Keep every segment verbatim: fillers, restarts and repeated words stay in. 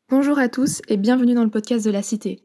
Bonjour à tous et bienvenue dans le podcast de la Cité.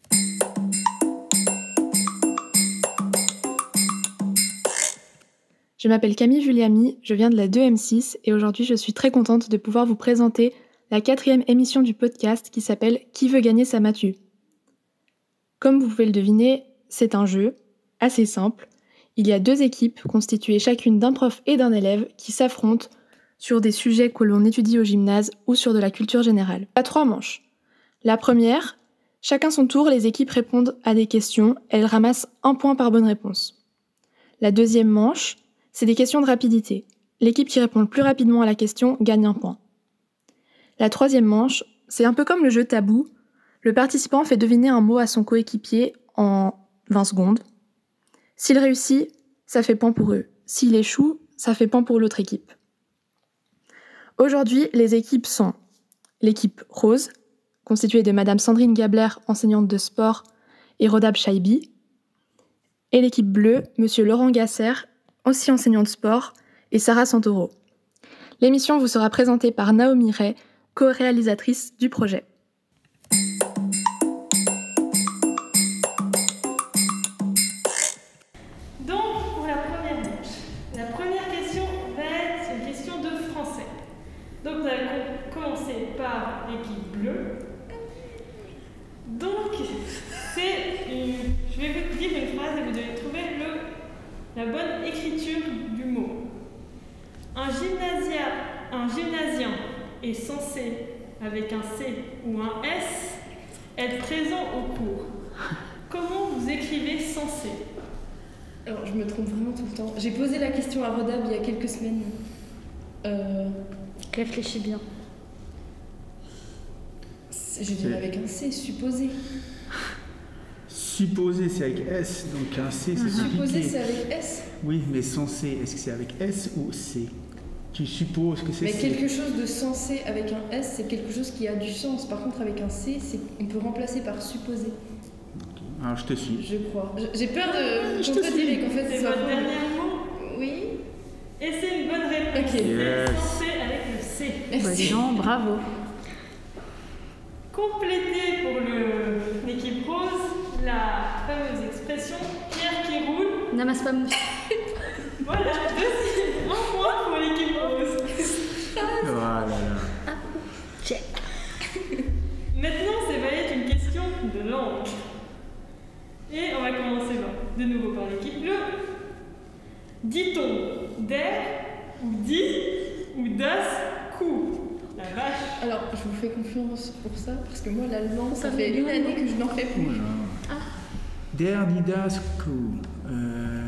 Je m'appelle Camille Juliami, je viens de la deux M six et aujourd'hui je suis très contente de pouvoir vous présenter la quatrième émission du podcast qui s'appelle « Qui veut gagner sa matu ?» Comme vous pouvez le deviner, c'est un jeu assez simple. Il y a deux équipes constituées chacune d'un prof et d'un élève qui s'affrontent sur des sujets que l'on étudie au gymnase ou sur de la culture générale. Il y a trois manches. La première, chacun son tour, les équipes répondent à des questions, elles ramassent un point par bonne réponse. La deuxième manche, c'est des questions de rapidité. L'équipe qui répond le plus rapidement à la question gagne un point. La troisième manche, c'est un peu comme le jeu tabou. Le participant fait deviner un mot à son coéquipier en vingt secondes. S'il réussit, ça fait point pour eux. S'il échoue, ça fait point pour l'autre équipe. Aujourd'hui, les équipes sont l'équipe rose, constituée de Madame Sandrine Gabler, enseignante de sport, et Rodab Chaibi, et l'équipe bleue, Monsieur Laurent Gasser, aussi enseignant de sport, et Sarah Santoro. L'émission vous sera présentée par Naomi Ray, co-réalisatrice du projet. Donc, pour la première manche, la première question va être une question de français. Donc, nous allons commencer par l'équipe bleue. Donc, c'est une... je vais vous dire une phrase et vous devez trouver le... la bonne écriture du mot. Un gymnasia, un gymnasien est censé, avec un C ou un S, être présent au cours. Comment vous écrivez censé ? Alors, je me trompe vraiment tout le temps. J'ai posé la question à Rodab il y a quelques semaines. Euh... Réfléchis bien. Je dirais avec un C, supposé. Supposé, c'est avec S, donc un C, c'est compliqué. Supposé, c'est avec S. Oui, mais censé, est-ce que c'est avec S ou C ? Tu supposes que c'est Mais C. quelque chose de censé avec un S, c'est quelque chose qui a du sens. Par contre, avec un C, c'est... on peut remplacer par supposé. Alors, je te suis. Je crois. J'ai peur de Je te contredire qu'en fait, C'est ça votre soit- dernier mot Oui. et c'est une bonne réponse. Ok. Yes. C'est censé avec le C. Merci. Non, bravo. Complétez pour le... l'équipe rose la fameuse expression Pierre qui roule. N'amasse pas mousse. Voilà, deuxième, un point pour l'équipe rose. Voilà. Là. Check. Maintenant, c'est va être une question de langue. Et on va commencer par- de nouveau par l'équipe bleue. Dit-on der ou dit ou das coup? La vache. Alors, je vous fais confiance pour ça, parce que moi, l'allemand, ça Ça fait fait une bien, année que je n'en fais plus. Oula. Der die das Kuh. Euh...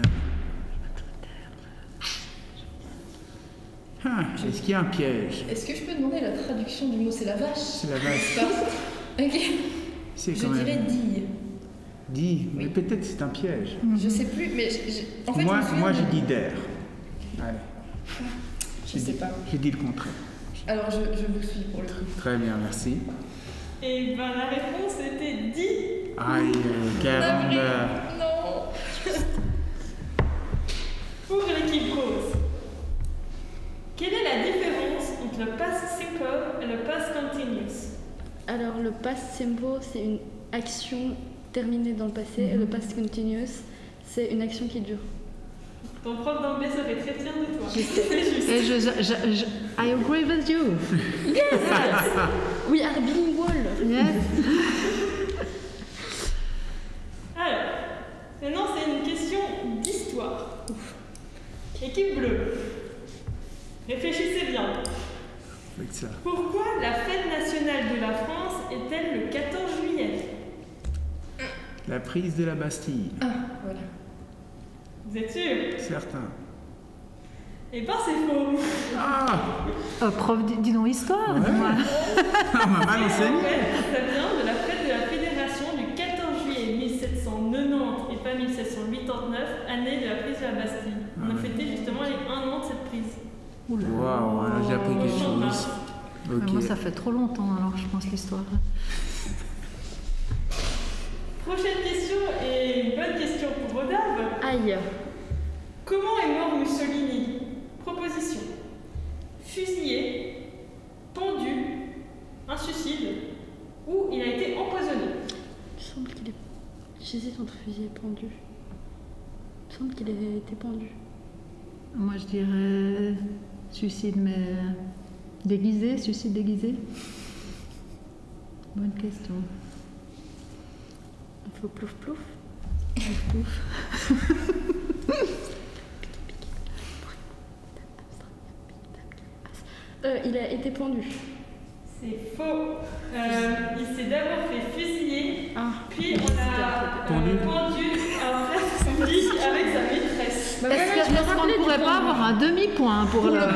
Ah, est-ce qu'il y a un piège ? Est-ce que je peux demander la traduction du mot? C'est la vache. C'est la vache. Pas Ok. C'est Je quand dirais même. dille. Dit, mais Oui. peut-être c'est un piège. Je sais plus, mais j'ai- j'ai- en fait, moi, je me souviens moi de- j'ai dit der. Allez. Je J'ai sais dit- pas. J'ai dit le contraire. Alors, je, je vous suis pour le coup. Très bien, merci. Et ben la réponse était dit. Aïe, euh, caramba. Non. Pour l'équipe rose, quelle est la différence entre le past simple et le past continuous? Alors, le past simple, c'est une action terminée dans le passé, et le past continuous, c'est une action qui dure. Ton prof d'anglais serait très fier de toi. Je sais. C'est juste. Et je, je, je, je- I agree with you. Yes. We are bilingual. Yes. Alors, maintenant c'est une question d'histoire. Équipe bleue, réfléchissez bien. Avec ça. Pourquoi la fête nationale de la France est-elle le quatorze juillet? La prise de la Bastille. Ah, voilà. Vous êtes sûr? Certain. Eh ben c'est faux. Ah, Euh, prof, dis dis donc histoire. Ouais. dis-moi. on m'a mal En enseigné. fait, ça vient de la fête de la Fédération du quatorze juillet mille sept cent quatre-vingt-dix et pas mille sept cent quatre-vingt-dix-neuf, année de la prise de la Bastille. On a Ah ouais. fêté justement les un an de cette prise. Oula. Waouh, là, j'ai appris quelque chose. Euh, Ok. Moi, ça fait trop longtemps, alors je pense l'histoire. Prochaine question et une bonne question pour Rodab. Aïe. Comment est mort Mussolini? Proposition. Fusillé, pendu, un suicide ou il a été empoisonné. Il me semble qu'il est. J'hésite entre fusillé et pendu. Il me semble qu'il a été pendu. Moi, je dirais suicide, mais déguisé, suicide déguisé. Bonne question. On fait au plouf plouf. Euh, il a été pendu. C'est faux. Euh, il s'est d'abord fait fusiller, Ah. puis on l'a Pendu. euh, pendu après son lit avec sa maîtresse. Bah Est-ce voilà, que- je me est-ce qu'on rappelais ne du pourrait pas pendu. avoir un demi-point pour le...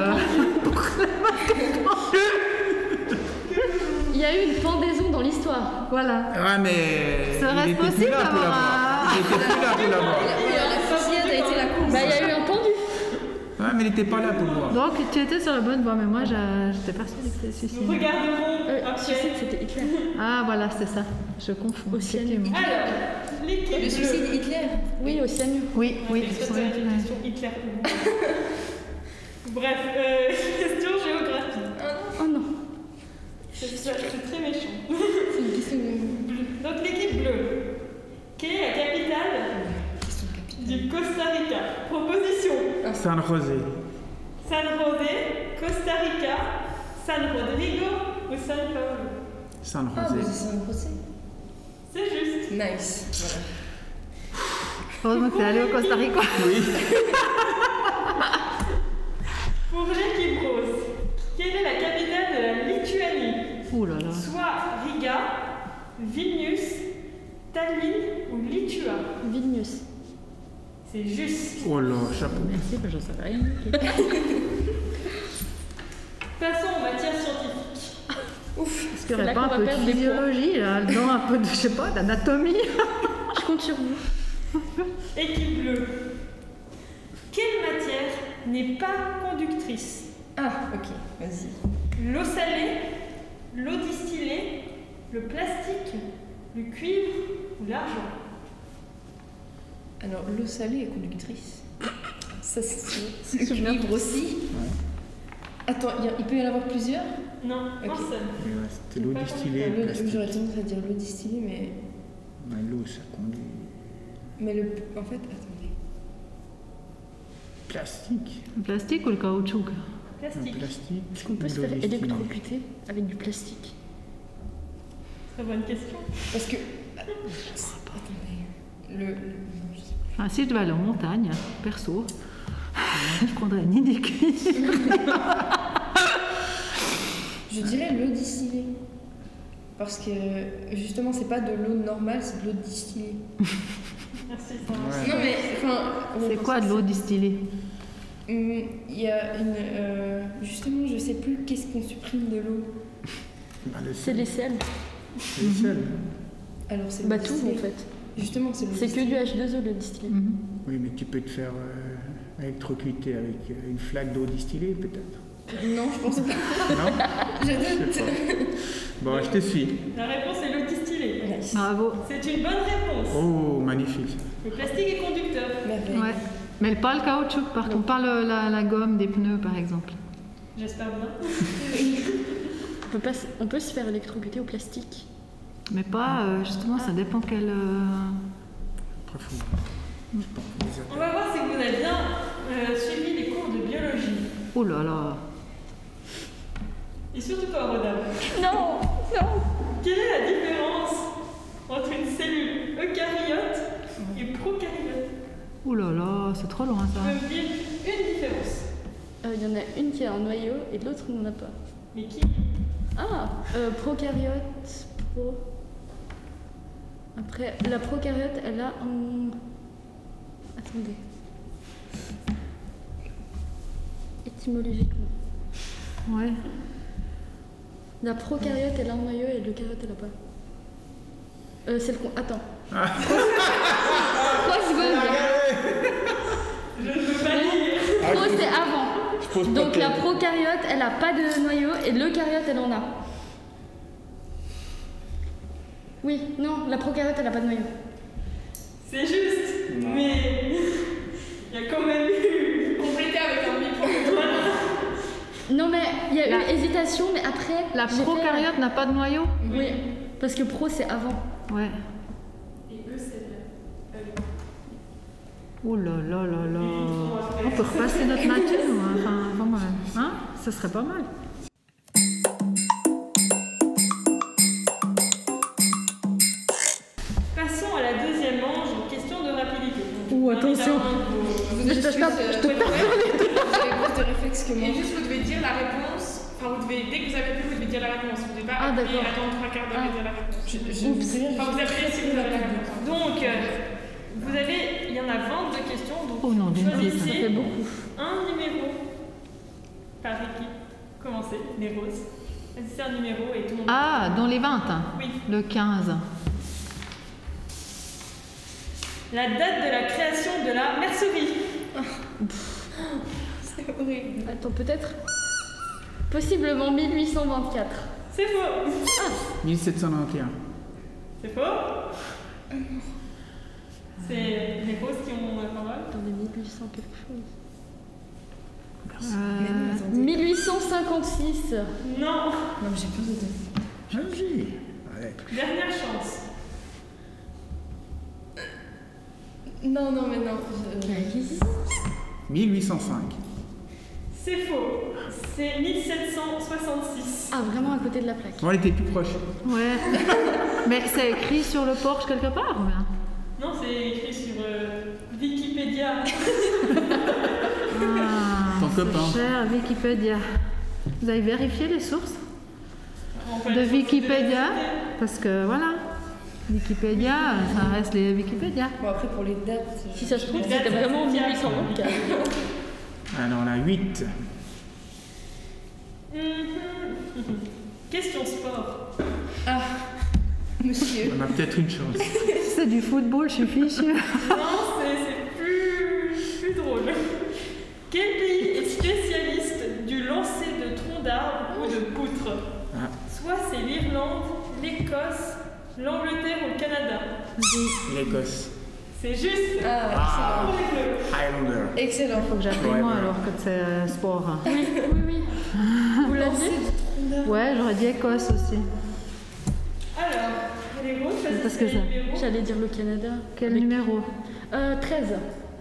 Il y a eu une pendaison dans l'histoire. Voilà. Ah, mais. il Serait-ce était plus possible là pour d'avoir l'avoir. un- Il était plus là pour l'avoir. La fusillade a été la cause. Bah, il y a eu un pendu. Ouais, mais il n'était pas là pour le voir. Donc, tu étais sur la bonne voie, mais moi, j'a- j'étais persuadée que c'était Nous suicide. regarderons Euh, après. suicide, c'était Hitler. Ah, voilà, c'est ça. Je confonds. Au cyanure. effectivement. Alors, l'équipe Le bleue. suicide Hitler. Oui, au cyanure. Oui, oui. Ça, oui, c'est une oui. question Hitler pour vous. Bref, euh, question géographie. Oh non. C'est c'est très méchant. C'est une question de. Donc l'équipe bleue. Quelle est la capitale Question de capitale. du Costa Rica? Proposition. San José. San José, Costa Rica, San Rodrigo ou San Paulo? San Ah, mais José. c'est un procès. C'est juste. Nice. Heureusement que t'es allé au Costa Rica. Oui. Pour l'équipe rose, quelle est la capitale de la Lituanie? Ouh là là. Soit Riga, Vilnius, Tallinn ou Litua? Vilnius. C'est juste. Oh là, chapeau. Merci, je savais rien. Passons aux matières scientifiques. Est-ce qu'il n'y C'est là aurait pas qu'on un va peu de perdre des physiologie, là, dedans, un peu de, je sais pas, d'anatomie? Je compte sur vous. Équipe bleue. Quelle matière n'est pas conductrice? Ah, ok, vas-y. L'eau salée, l'eau distillée, le plastique, le cuivre ou l'argent? Alors, l'eau salée est conductrice. Ça, c'est sûr. Le cuivre aussi. Attends, il y a- il peut y en avoir plusieurs. Non, un Ok. seul. Et ouais, C'était l'eau Pas distillée. L'eau- plastique. J'aurais tendance à dire l'eau distillée, mais. Ouais, l'eau, ça conduit. Mais le. En fait, attendez. Plastique. Le plastique ou le caoutchouc? Un Plastique. plastique. Est-ce qu'on peut ou se l'eau faire distillée. électrocuter avec du plastique? Très bonne question. Parce que. Attendez. Le. le- non, je sais pas. Enfin, si je devais aller en montagne, perso, je prendrais ni des cuivres. Je dirais l'eau distillée. Parce que justement, c'est pas de l'eau normale, c'est de l'eau distillée. Merci. Ouais. Non, mais. Enfin. C'est quoi de l'eau distillée? Hum, Il y a une. euh, justement, je sais plus qu'est-ce qu'on supprime de l'eau. Bah, le C'est sel. les sels. C'est le sel. Alors, c'est l'eau Bah tout distillée. en fait. Justement, c'est l'eau C'est que distillée. du H deux O le distillé. Mhm. Oui, mais tu peux te faire euh, électrocuter avec euh, une flaque d'eau distillée, peut-être. Non, je pense pas. Non Je Je doute. sais pas. Bon, je te suis. La réponse est l'eau distillée. Nice. Bravo. C'est une bonne réponse. Oh, magnifique. Le plastique est conducteur. Merveille. Ouais. Mais pas le caoutchouc, par contre, pas le- la, la gomme des pneus, par exemple. J'espère bien. On peut, pas, se- on peut se faire électrocuter au plastique. Mais pas, euh, justement, ça dépend quel. euh, Après, faut. je sais pas, les On va voir si vous avez bien euh, suivi les cours de biologie. Oh là là. Et surtout toi, Rodin. Non, non. Quelle est la différence entre une cellule eucaryote et prokaryote? Oh là là, c'est trop loin Tu ça. peux me dire une différence. Euh, Il y en a une qui a un noyau et l'autre n'en a pas. Mais qui? Ah, euh, prokaryote, pro. Après, la prokaryote, elle a un. Attendez. Étymologiquement. Ouais. La prokaryote, elle a un noyau et l'eucaryote, elle a pas. Euh, c'est le con. Attends. Trois secondes. Je ne peux pas lire. Pro, c'est avant. Je pose pas Donc de la questions. prokaryote, elle a pas de noyau et l'eucaryote, elle en a. Oui, non, la prokaryote, elle a pas de noyau. C'est juste, mais il y a quand même eu complété avec un demi-point. Non mais il y a La- eu hésitation, mais après. La j'ai fait- prokaryote n'a pas de noyau? Oui. Parce que pro, c'est avant. Ouais. Et eux, c'est vrai. Euh, Oh là là là là. On peut repasser notre maths, nous, hein. Enfin, vraiment, hein? Ça serait pas mal. Passons à la deuxième manche, question de rapidité. Oh, attention. Vous Je êtes te plus, tape, euh, je te ouais, tape. ouais. Vous avez plus de réflexes que moi. Et juste, vous devez dire la réponse. Enfin, vous devez, dès que vous avez pu, vous devez dire la réponse. Vous devez pas Ah, appeler, d'accord. attendre trois quarts d'heure Ah. et dire la réponse. Je, je Oups. vous préviens, Enfin, je- vous appelez si vous avez la réponse. Donc, euh, vous avez, il y en a vingt-deux questions. Donc, Oh non, d'une pipe. Ça choisissez fait beaucoup. un numéro par équipe. Commencez, les roses. Choisissez un numéro et tout le monde. Ah, dans les vingt, hein. Oui. Le quinze. La date de la création de la mercerie. C'est horrible. Attends, peut-être possiblement mille huit cent vingt-quatre. C'est faux. mille sept cent quatre-vingt-onze. C'est faux. C'est les roses qui ont la parole. Attendez, mille huit cents quelque chose. Même, attendez. mille huit cent cinquante-six. Non. Non, mais j'ai plus de temps. Vas-y. Allez. Dernière chance. Non, non, mais non. je- mille huit cent cinq. C'est faux. C'est mille sept cent soixante-six. Ah, vraiment à côté de la plaque. Bon, elle était plus proche. Ouais. Mais c'est écrit sur le porche quelque part ou bien? Non, c'est écrit sur euh, Wikipédia. Ah, Ton copain. c'est cher, Wikipédia. Vous avez vérifié les sources On peut de aller sur le site Wikipédia? de la cité. Parce que voilà, Wikipédia, ça reste les Wikipédia. Bon, après, pour les dates. Si ça se trouve, Les dates, c'était ça vraiment se tient. mille huit cent vingt-quatre. Alors, la huit. Mhm. Question sport. Ah, monsieur. On a peut-être une chance. C'est du football, je suis fichue. Non, c'est c'est plus, plus drôle. Quel pays est spécialiste du lancer de troncs d'arbres ou de poutres? Ah. Soit c'est l'Irlande, l'Écosse, l'Angleterre ou le Canada. L'Écosse. C'est juste. Ah, Highlander. excellent. Faut que j'appelle Ouais, moi ouais. alors que c'est euh, sport. Oui, oui, oui. Vous l'aviez? Ouais, j'aurais dit Écosse aussi. Alors, les roses, C'est parce choisissez que les ça- numéros. J'allais dire le Canada. Quel Avec- numéro? Euh, treize.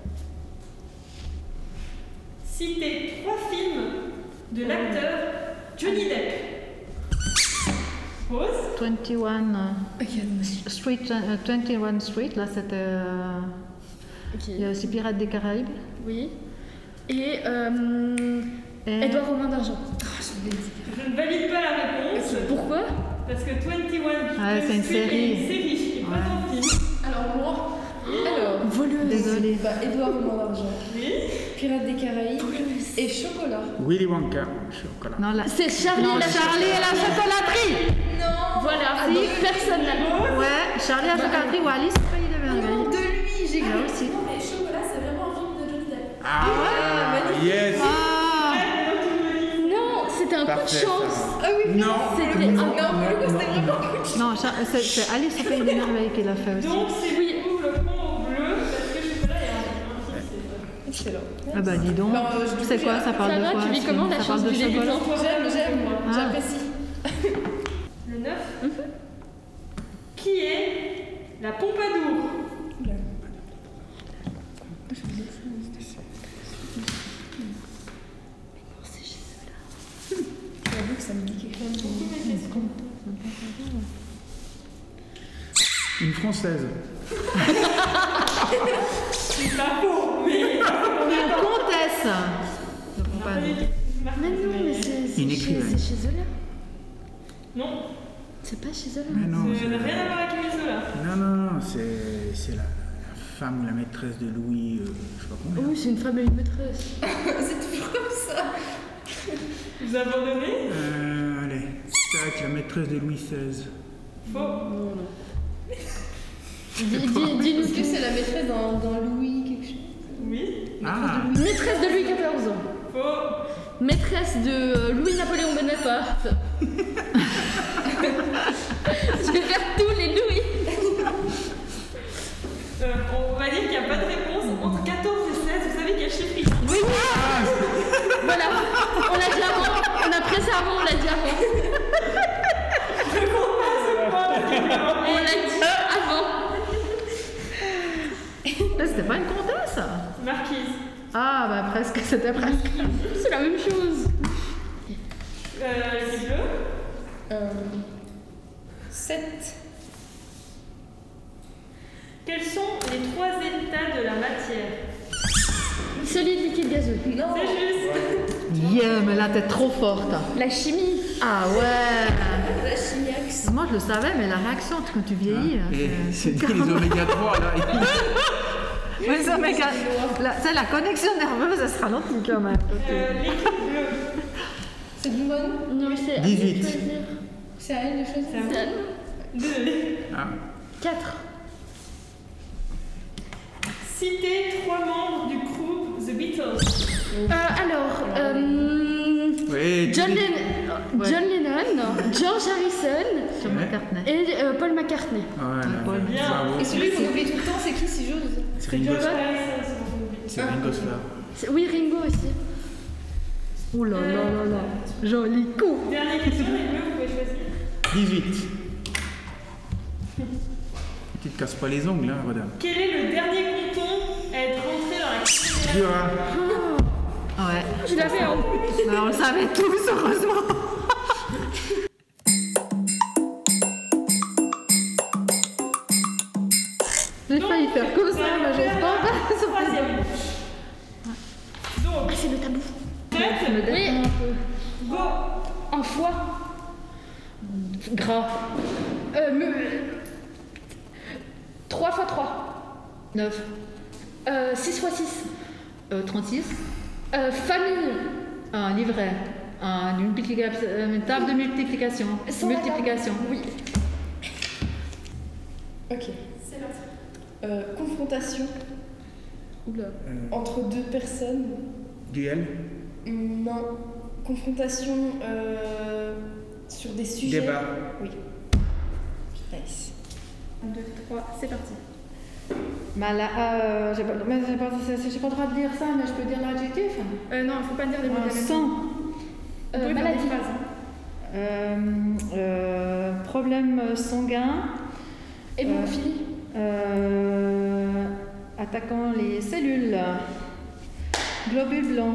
Citez trois films de l'acteur Johnny Depp. Rose. vingt et un euh, Ok, non, Street, euh, vingt et un Street, là c'était. euh, Ok. Il y a aussi Pirates des Caraïbes. Oui. Et euh, Et- Édouard Romain d'Argent. Je ne valide pas la réponse Pourquoi? parce que vingt et un Ouais, c'est une Street est série. une série et pas un film. Alors, moi. Alors, Voleuse. Désolée. bah, Édouard Romain d'Argent, Oui. Pirates des Caraïbes et Chocolat. Willy Wonka. Chocolat. Non, là. C'est Charlie Non, et la Charlie et la chocolaterie. Non Voilà, Ah, si non. personne n'a vu. Ouais, Charlie et la chocolaterie ou Alice au pays des Non, merveilles. de lui, j'ai Là cru. aussi. Non, mais Chocolat, c'est vraiment un film de Johnny Depp. Ah, yes. Ah, Non, c'était un coup de Parfait, chance. Ah oui, Non. C'était non, un- pour le coup, c'était vraiment un coup de chance. non, Char- c'est c'est Alice au pays des merveilles qui l'a fait aussi. Donc c'est oui ou le point au bleu parce que chocolat est un film. c'est ça. Excellent. Ah bah dis donc. Non, euh, je- C'est quoi, ça parle Ça de va, quoi? tu vis ce comment, film la Ça chance parle de du chocolat? débutant? J'aime, j'aime, Ah. j'apprécie. Le neuf. Qui est la Pompadour? J'avoue que ça me dit quelque chose. Une française. C'est pas faux, mais Une comtesse. Je comprends pas. Mais non, mais c'est c'est Une chez, écrivaine. c'est chez Zola. non, C'est pas chez Zola. Mais non, ça c'est- n'a rien à voir avec Emile Zola. non, non, non, c'est c'est la, la femme ou la maîtresse de Louis, euh, je sais pas combien. Oui, c'est une femme et une maîtresse. C'est toujours comme ça. Vous abandonnez? Euh, allez, tac, la maîtresse de Louis seize. Faux. Dis- dis- Dis-nous Est-ce que c'est la maîtresse dans, dans Louis quelque chose? Oui. Ah, Maîtresse de Louis quatorze. Faux. Maîtresse de euh, Louis-Napoléon Bonaparte. Je vais faire tous les Louis. Euh, on va dire qu'il n'y a pas de réponse. Entre quatorze et seize, vous savez quel chiffre il y a? Oui, oui. Voilà. On l'a dit avant. On a pressé avant, on l'a dit avant. Je compte pas ce point. presque, c'était presque. C'est la même chose. Euh, les bleus. Euh, sept. Quels sont les trois états de la matière? Solide, liquide, gazeux. Non. C'est juste. Yeah, mais là, t'es trop forte. La chimie. Ah ouais. La chimiax. Moi, je le savais, mais la réaction, quand tu vieillis... là, Et c'est- c'est les oméga trois là. Oui, ça, mais quand- la, c'est la connexion nerveuse, elle se ralentit quand même. Euh, L'équipe bleue. C'est une bonne. Non, mais c'est. dix-huit. C'est à elle de choisir. C'est à vous. Désolée. Ah. quatre. Citez trois membres du groupe The Beatles. Euh, alors, euh, Oui, John, tu dis- Len- John Lennon, George Harrison Sur McCartney. et euh, Paul McCartney. Voilà, Paul. Bien. bravo. Et celui qu'on oublie tout le temps, c'est qui si j'ose? C'est C'est Ringo George Starr. Harrison, c'est mon oubli. C'est Ringo Starr. C'est- Oui, Ringo aussi. Ouh là là là là. Joli coup. Dernière question, les bleus, vous pouvez choisir. dix-huit. Tu te casses pas les ongles, hein, madame. Quel est le dernier canton à être rentré dans la cuisine? Dur, hein. Ouais. Je l'avais en plus. Mais on le savait tous, heureusement. J'ai failli faire comme ça, mais j'ose pas. Troisième. Donc, Ah, c'est le tabou. prête? Oui, Go. en foie. Gras. Euh, me- trois fois trois. neuf. Euh, six fois six. Euh, trente-six. Euh, famille. Un livret. Un, une, multiplica- euh, une table de multiplication. Sans la table. Multiplication. Oui. Ok. C'est parti. Euh, confrontation Oula. Euh, entre deux personnes. duel. Non. Confrontation euh, sur des sujets. Débat. Oui. Nice. un, deux, trois, c'est parti. Bah là, euh, j'ai pas, mais j'ai pas, c'est- j'ai pas le droit de dire ça, mais je peux dire l'adjectif. Euh, non, il faut pas dire des mots de la même Sang. Euh, maladie. Euh, euh, problème sanguin. Hémophilie. Euh, attaquant les cellules. Globules blancs.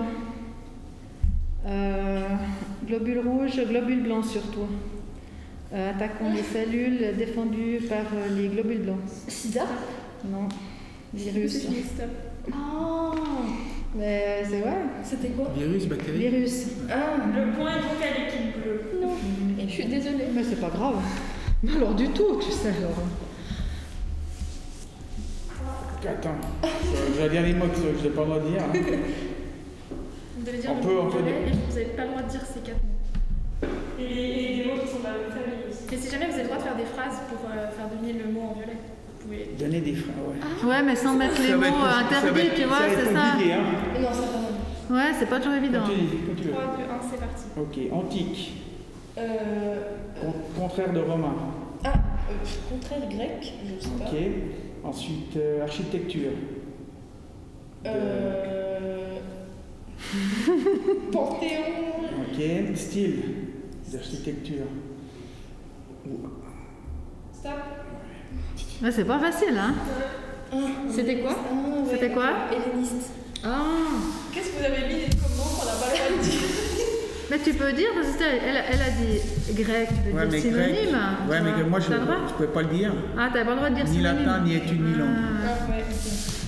Euh, globules rouges, globules blancs surtout. Euh, attaquant les cellules défendues par euh, les globules blancs. Sida. Non. Virus. Oh. Mais c'est vrai. C'était quoi? Virus, bactérie. Virus. Ah. Le point est donc à l'équipe bleue. Non. Je suis désolée. Mais c'est pas grave. Mais alors du tout, tu sais alors. Attends, je vais dire les mots que je n'ai pas le droit de dire. hein. Vous devez dire On le peut- mot on peut complet dire. et vous n'avez pas le droit de dire ces quatre mots. Et, et des mots qui sont de la même famille aussi. Mais si jamais vous avez le droit de faire des phrases pour euh, faire deviner le mot en violet, vous pouvez. Donner des freins, ouais. Ouais, mais sans mettre les Ça va mots être- ça va interdits, être- tu vois, va être c'est ça. compliqué, hein. Non, ça va. Ouais, c'est pas toujours évident. Continue, continue. trois, deux, un, c'est parti. Ok, antique. Euh, Con- contraire de romain. ah, euh, contraire grec, je sais pas. Ok. Ensuite, euh, architecture. Euh, Panthéon. Ok. Style d'architecture. Stop. Ouais, c'est pas facile, hein. C'était quoi Ah, ouais, C'était quoi? Helléniste. Ah. Qu'est-ce que vous avez mis comme nom qu'on n'a pas le droit de dire? Mais tu peux dire, parce que elle, elle a dit grec, tu peux Ouais, dire mais synonyme. grec. Ouais, tu mais vois. que moi, je T'as le droit ne pouvais pas le dire. Ah, t'as pas le droit de dire Ni synonyme. latin, ni étude, ni langue. Ah. Ah, ouais, ok.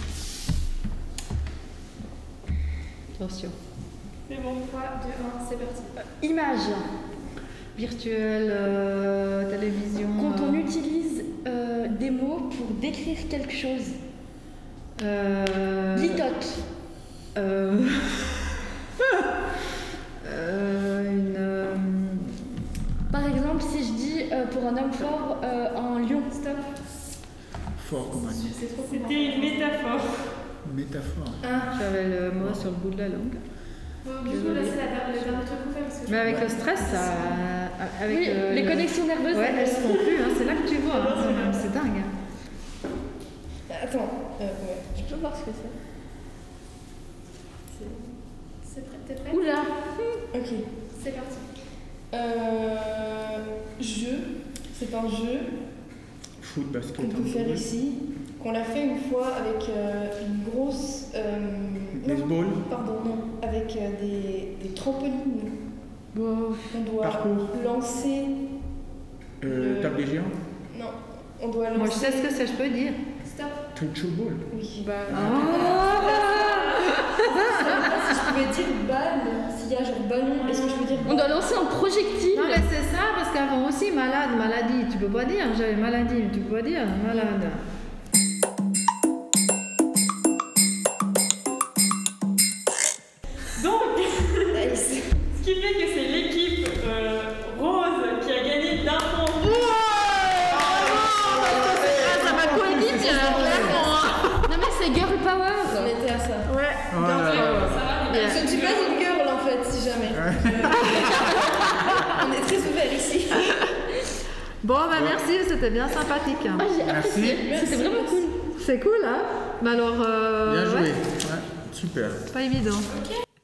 Attention. C'est bon. trois, deux, un, c'est parti. Image. Virtuel, euh, télévision. Quand on euh, utilise euh, des mots pour décrire quelque chose. euh, Litote. Euh, euh, une. euh, Par exemple, si je dis euh, pour un homme fort, euh, un lion. Stop. Fort comme un C'est trop cool. C'était une métaphore. métaphore. J'avais le mot sur le bout de la langue. Bon, du coup, là, c'est la der- le dernier truc qu'on fait parce que. Mais avec le stress, ça. Avec Oui, le- les le- connexions nerveuses. Ouais, ça- elles se font plus, hein, c'est là que tu vois, hein, quand même, c'est dingue. hein. Attends. Euh, ouais. Je peux voir ce que c'est. C'est prêt, t'es prêt? Oula. Ok. C'est parti. Euh, jeu. C'est un jeu Foot, basket, qu'on peut faire handball. ici. qu'on l'a fait une fois avec euh, une grosse. Euh, Baseball. Pardon, non. Avec euh, des, des trampolines. Bon. On doit Parcours. lancer. Euh, Le- Table des géants. Non, on doit lancer. Moi, je sais ce que c'est, je peux dire. Stop. Touch ball. Oui. Bah, Si je pouvais dire balle, s'il y a genre ballon, est-ce que je peux dire on doit lancer un projectile. Non, mais c'est ça, parce qu'avant aussi, malade, maladie, tu peux pas dire. J'avais maladie, tu peux pas dire malade. Donc, Nice. ce qui fait que c'est l'équipe euh, rose qui a gagné d'un point. Ça m'a coéquipier, non mais c'est girl power. On était à ça. Ouais. Voilà. Je ne suis pas une girl en fait, si jamais. On est très ouverts ici. Bon, bah merci, c'était bien sympathique. Ah, j'ai apprécié, c'était vraiment cool. C'est cool, hein? Mais alors, euh, Bien joué. ouais, Ouais, super. pas évident. Ok.